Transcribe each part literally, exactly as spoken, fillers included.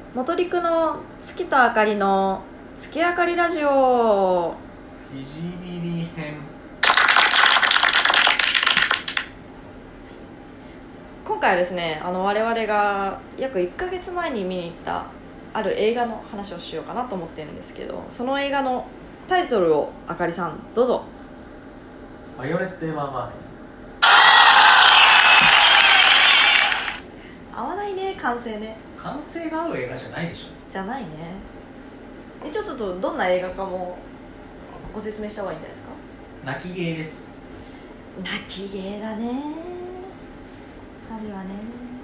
元陸の月とあかりの月あかりラジオひじびり編。 今回はですね、あの我々が約いっかげつまえに見に行ったある映画の話をしようかなと思っているんですけど、その映画のタイトルをあかりさんどうぞ。 バイオレット・エヴァーガーデン。 合わないね、完成ね。 完成が合う映画じゃないでしょ。 じゃないね。一応ちょっとどんな映画かもご説明した方がいいんじゃないですか。 泣きゲーです。 泣きゲーだね。あれはね、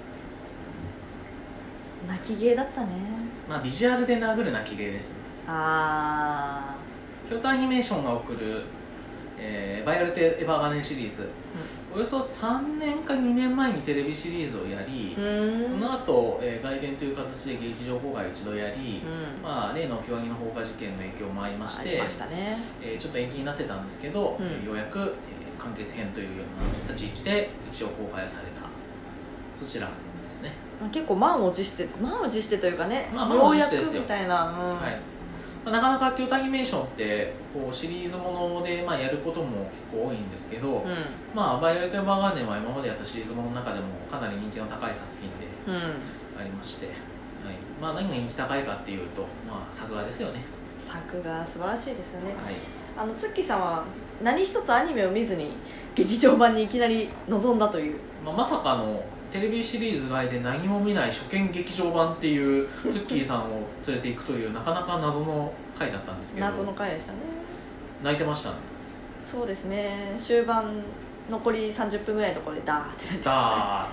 泣きゲーだったね。 まあビジュアルで殴る泣きゲーですね。 あ京都アニメーションが送る、えー、バイオレット・エヴァーガーデンシリーズ、うん、およそさんねんかにねんまえにテレビシリーズをやり、 ーその後、えー、外伝という形で劇場公開を一度やり、 うん、 まあ、例の京アニの放火事件の影響もありまして、 ありましたね。 えー、ちょっと延期になってたんですけど、 うん、 えー、ようやく、えー、完結編というような立ち位置で劇場公開をされたそちらですね。 結構満を持して満を持してというかね、 まあ、満を持してですよ。 ようやくみたいな、うん、 はい。まあ、なかなか京都アニメーションってこうシリーズもので、まあ、やることも結構多いんですけど、 うん、 まあ、バイオレット・エヴァーガーデンは今までやったシリーズものの中でもかなり人気の高い作品でありまして、うん、はい。まあ、何が人気高いかっていうと、まあ、作画ですよね。 作画素晴らしいですよね。 はい。 あのツッキーさんは何一つアニメを見ずに劇場版にいきなり臨んだという、 まあ、まさかのテレビシリーズ外で何も見ない初見劇場版っていうツッキーさんを連れていくというなかなか謎の回だったんですけど、 謎の回でしたね。 泣いてましたね。 そうですね。終盤残りさんじゅっぷんぐらいのところでダーってなってましたね。 ダー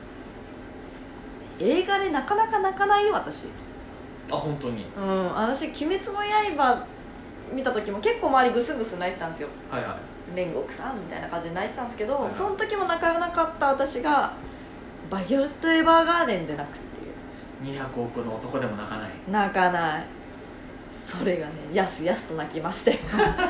って映画でなかなか泣かないよ私。 あ、本当に。 うん、私鬼滅の刃見た時も結構周りグスグス泣いてたんですよ。 はいはい。 煉獄さんみたいな感じで泣いてたんですけど、はいはい、その時も泣かなかった私がバイオレット・エヴァーガーデンで泣くっていう。 にひゃくおくの男でも泣かない。 泣かない。それがね、やすやすと泣きましたよ。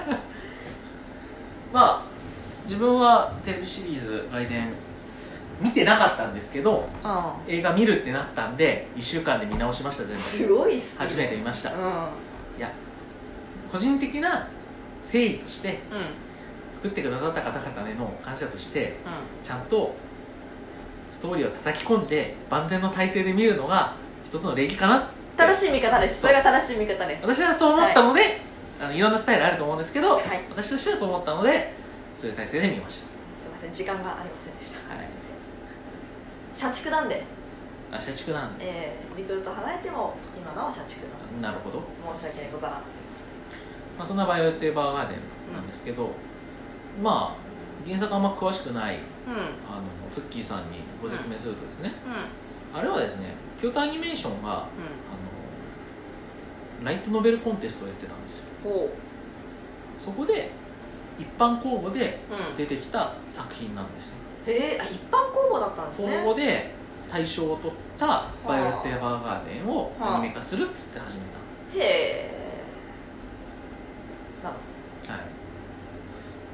まあ自分はテレビシリーズ外伝見てなかったんですけど、うん、映画見るってなったんでいっしゅうかんで見直しました。全部すごい好き。 初めて見ました、うん、いや個人的な誠意として、うん、作ってくださった方々への感謝として、うん、ちゃんとストーリーを叩き込んで万全の体制で見るのが一つの礼儀かな。 正しい見方です。 そ, それが正しい見方です。 私はそう思ったので、はい、あのいろんなスタイルあると思うんですけど、はい、私としてはそう思ったのでそういう体制で見ました。 すいません、時間がありませんでした。 はい、 すいません。社畜なんで。 あ、社畜なんで、 えー、リクルート離れても今のは社畜なんで。 なるほど。 申し訳ござらん。 まあ、そんなバイオレット・エヴァーガーデンなんですけど、うん、まあ原作あんま詳しくない、うん、あのツッキーさんにご説明するとですね、うん、あれはですね、京都アニメーションが、うん、あのライトノベルコンテストをやってたんですよ。そこで一般公募で出てきた作品なんですよ。 うん、へえ、あ、一般公募だったんですね。 公募で大賞を取ったバイオレット・エヴァーガーデンをアニメ化するっつって始めた。 へえ。なるほど。 はい。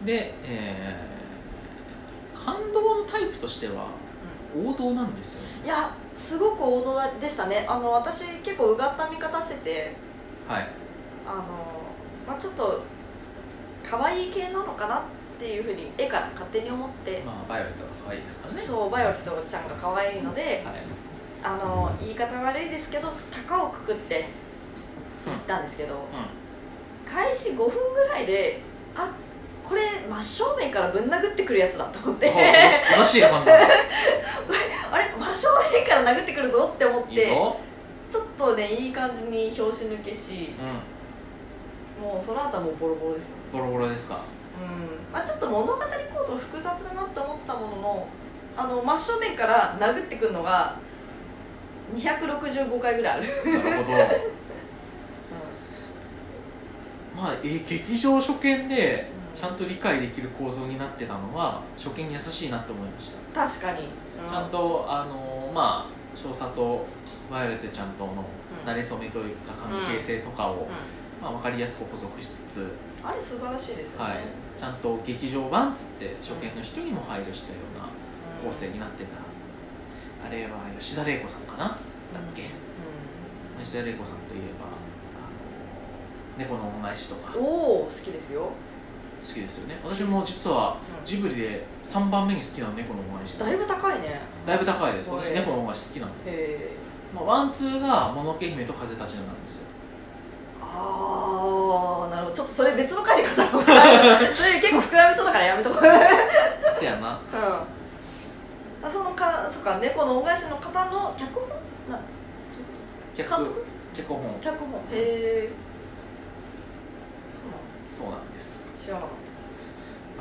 で、えー、感動のタイプとしては王道なんですよね。 いや、すごく王道でしたね。あの私結構うがった見方してて、 はい、 あの、まあ、ちょっと可愛い系なのかなっていうふうに絵から勝手に思って、 まあ、バイオレットが可愛いですからね。 そう、バイオレットちゃんが可愛いので、はい、あの言い方悪いですけど高をくくって行ったんですけど、うんうん、開始ごふんぐらいで、あ、これ真正面からぶん殴ってくるやつだと思って、 正しい判断。 あれ、真正面から殴ってくるぞって思って、いいぞ、ちょっとね、いい感じに拍子抜けし、うん、もうその後はもうボロボロですよ。 ボロボロですか。 うん、まあ、ちょっと物語構造複雑だなって思ったものの、あの真正面から殴ってくるのがにひゃくろくじゅうごかいぐらいある。 なるほど。うん、まあ、え劇場初見でちゃんと理解できる構造になってたのは初見に優しいなと思いました。 確かに、 うん、ちゃんとあの、まあ、少佐とバイオレットちゃんとの馴れ初めというか関係性とかを、うんうん、まあ、分かりやすく補足しつつ、 あれ素晴らしいですよね、はい、 ちゃんと劇場版っつって初見の人にも配慮したような構成になってた、うん、あれは吉田玲子さんかな、だっけ、うんうん、 吉田玲子さんといえばあの猫の恩返しとかおお好きですよ。 好きですよね。私も実はジブリでさんばんめに好きな猫の恩返し。 だいぶ高いね。 だいぶ高いです。私猫の恩返し好きなんです。まあ、ワンツーがもののけ姫と風立ちぬなんですよ。 ああなるほど。ちょっとそれ別の回に語ろうかなそれ結構膨らみそうだからやめとこうせやな。 うん。そのかそっか猫の恩返しの方の脚本なん脚本脚本脚本へえ。 そうなんです。 知らなかった。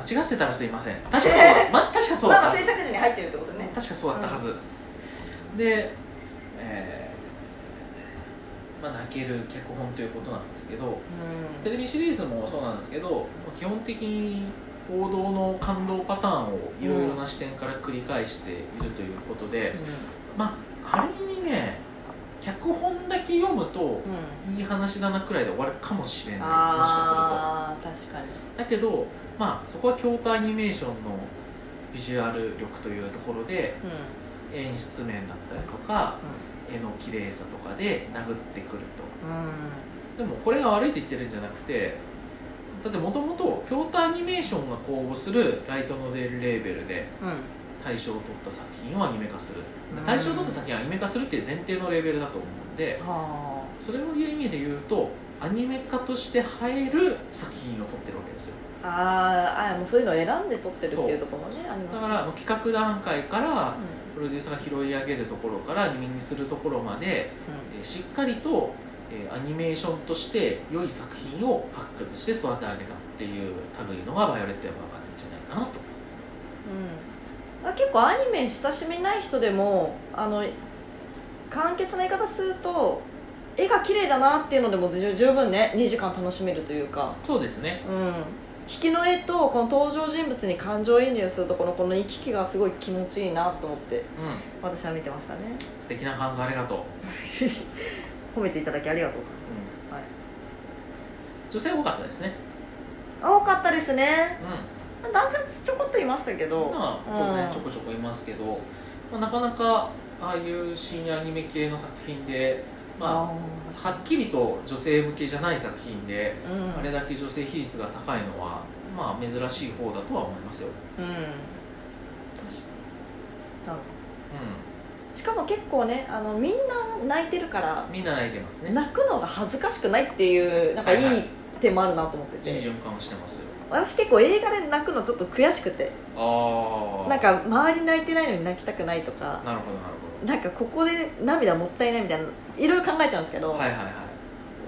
間違ってたらすいません。確かそうだ、ま、確かそうだった。 まあ制作時に入ってるってことね。 確かそうだったはず、うん、で、えーまあ、泣ける脚本ということなんですけど、うん、テレビシリーズもそうなんですけど基本的に王道の感動パターンをいろいろな視点から繰り返しているということで、うん、まあある意味ね脚本だけ読むといい話だなくらいで終わるかもしれない、うん、もしかすると。 あ確かに。 だけど、まあ、そこは京都アニメーションのビジュアル力というところで、うん、演出面だったりとか、うん、絵の綺麗さとかで殴ってくると、うん、でもこれが悪いと言ってるんじゃなくて、だってもともと京都アニメーションが公募するライトノベルレーベルで大賞を取った作品をアニメ化する、うん、大賞を取った作品をアニメ化するっていう前提のレベルだと思うんで、うん、それをいう意味で言うとアニメ化として映える作品を撮ってるわけですよ。 ああもうそういうのを選んで撮ってるっていうところもねありますね。 だから企画段階からプロデューサーが拾い上げるところからアニメにするところまで、うん、えー、しっかりと、えー、アニメーションとして良い作品を発掘して育て上げたっていう類のがバイオレット・エヴァーガーデンじゃないかなと、 うん、結構アニメ親しみない人でもあの簡潔な言い方すると絵が綺麗だなっていうのでも十分ねにじかん楽しめるというか。 そうですね、 うん、引きの絵とこの登場人物に感情移入するところのこの行き来がすごい気持ちいいなと思って、うん、私は見てましたね。 素敵な感想ありがとう褒めていただきありがとう、うんはい、 女性多かったですね。 多かったですね、 うん、 男性ちょこっといましたけど、 まあ、当然ちょこちょこいますけど、うんまあ、なかなかああいう深夜アニメ系の作品でまあ、はっきりと女性向けじゃない作品で、うん、あれだけ女性比率が高いのは、まあ、珍しい方だとは思いますよ。うん、確かになるほど、うん、しかも結構ねあのみんな泣いてるからみんな泣いてますね。 泣くのが恥ずかしくないっていうなんかいい点もあるなと思ってて、 はいはい、いい循環をしてますよ。 私結構映画で泣くのちょっと悔しくて、あなんか周り泣いてないのに泣きたくないとか。 なるほどなるほど。 なんかここで涙もったいないみたいないろいろ考えちゃうんですけど、はいはいはい、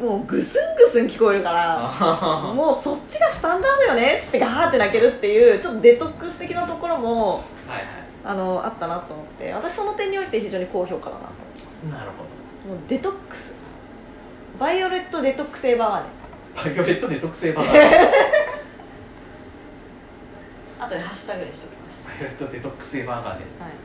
もうグスングスン聞こえるからもうそっちがスタンダードよねっつってガーって泣けるっていうちょっとデトックス的なところも、はいはい、あのあったなと思って私その点において非常に高評価だなと。 なるほど。もうデトックスバイオレットデトックスエヴァーガーデンバイオレットデトックスエヴァーガーデンあとでハッシュタグにしておきます。 バイオレットデトックスエヴァーガーデン、はい、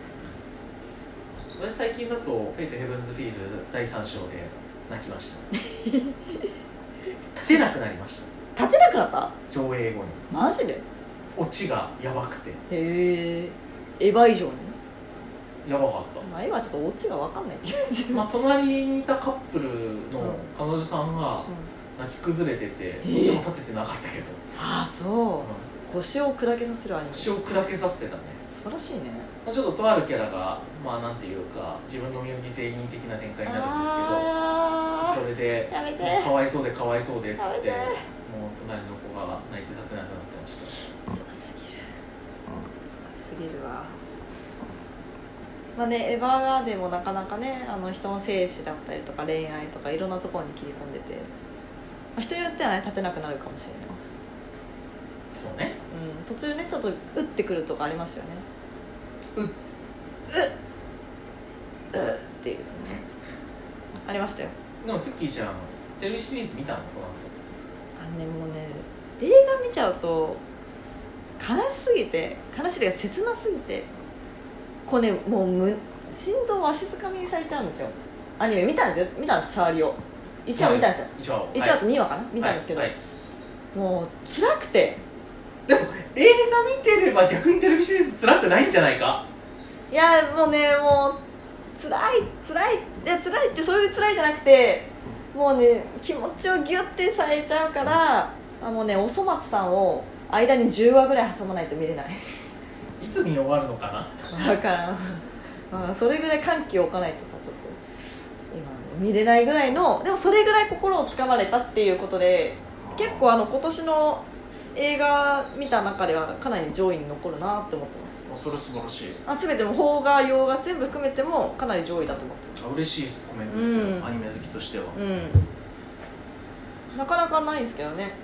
私最近だと「フェイト・ヘブンズ・フィール」だいさん章で泣きました立てなくなりました。 立てなくなった？ 上映後に。 マジで？ オチがやばくて。へえエヴァ以上にやばかった。 まあ、エヴァちょっとオチが分かんないっていうまあ隣にいたカップルの彼女さんが泣き崩れてて、うん、そっちも立ててなかったけど、 ああそう、うん、腰を砕けさせるアニメ。 腰を砕けさせてたね。 素晴らしいね。 まあ、ちょっととあるキャラがまあなんていうか自分の身を犠牲に的な展開になるんですけど、それでかわいそうでかわいそうでっつってもう隣の子が泣いて立てなくなってました。 辛すぎる、辛すぎるわ。まあね、エヴァーガーデンもなかなかねあの人の生死だったりとか恋愛とかいろんなところに切り込んでて、まあ、人によってはね立てなくなるかもしれない。 そうね、 うん、途中ねちょっと打ってくるとかありましたよね。うっうっうっっていうねありましたよ。 でもツッキーちゃんテレビシリーズ見たの？その後あのねもうね映画見ちゃうと悲しすぎて悲しいが切なすぎてこうねもうむ心臓わしづかみにされちゃうんですよ。アニメ見たんですよ見たんです触りをいちわ見たんですよ。いちわとにわかな、はい、見たんですけど、はいはい、もう辛くて。 でも映画見てれば逆にテレビシリーズ辛くないんじゃないか。 いやもうねもう辛い辛いいや辛いってそういう辛いじゃなくて、もうね気持ちをギュッてされちゃうから、あもうねおそ松さんを間にじゅうわぐらい挟まないと見れない。 いつ見終わるのかなだからまあそれぐらい緩急を置かないとさ、ちょっと今見れないぐらいの、でもそれぐらい心をつかまれたっていうことで、結構あの今年の映画見た中ではかなり上位に残るなって思ってます。 あ、それ素晴らしい。 あ、全ても邦画洋画全部含めてもかなり上位だと思ってます。 あ、嬉しいコメントですよ、うん、アニメ好きとしては、 うん、なかなかないんですけどね、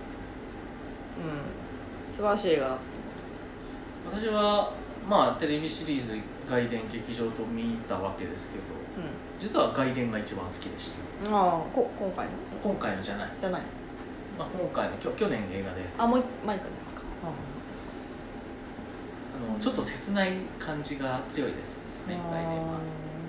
うん、素晴らしい映画だと思います。私はまあテレビシリーズ外伝劇場と見たわけですけど、うん、実は外伝が一番好きでした。 ああ、こ今回の今回のじゃないじゃない、 まあ、今回のきょ去年映画で、 あ、もうマイクのやつか、 あのちょっと切ない感じが強いですね、外伝は。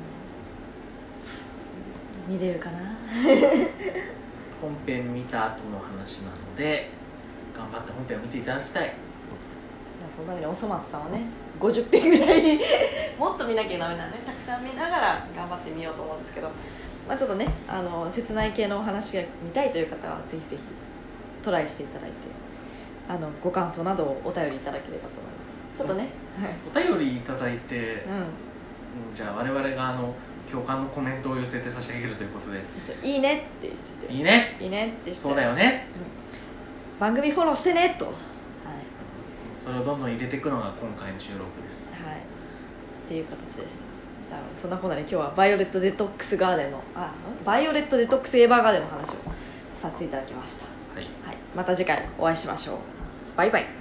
見れるかな本編見た後の話なので頑張って本編を見ていただきたい。 そのためにおそ松さんはねごじゅっぺんぐらいもっと見なきゃダメなのね、たくさん見ながら頑張ってみようと思うんですけど、まあ、ちょっとねあの切ない系のお話が見たいという方はぜひぜひトライしていただいて、あのご感想などをお便りいただければと思います。ちょっとね、 お便りいただいて、うん、じゃあ我々があの共感のコメントを寄せて差し上げるということで、 いいねってしていいねいいねってして、 そうだよね、 うん、番組フォローしてねと、はい、 それをどんどん入れていくのが今回の収録です。 はい、っていう形でした。じゃあそんなことで今日はバイオレットデトックスガーデンのあバイオレットデトックスエヴァーガーデンの話をさせていただきました。はい、はい、また次回お会いしましょう。バイバイ。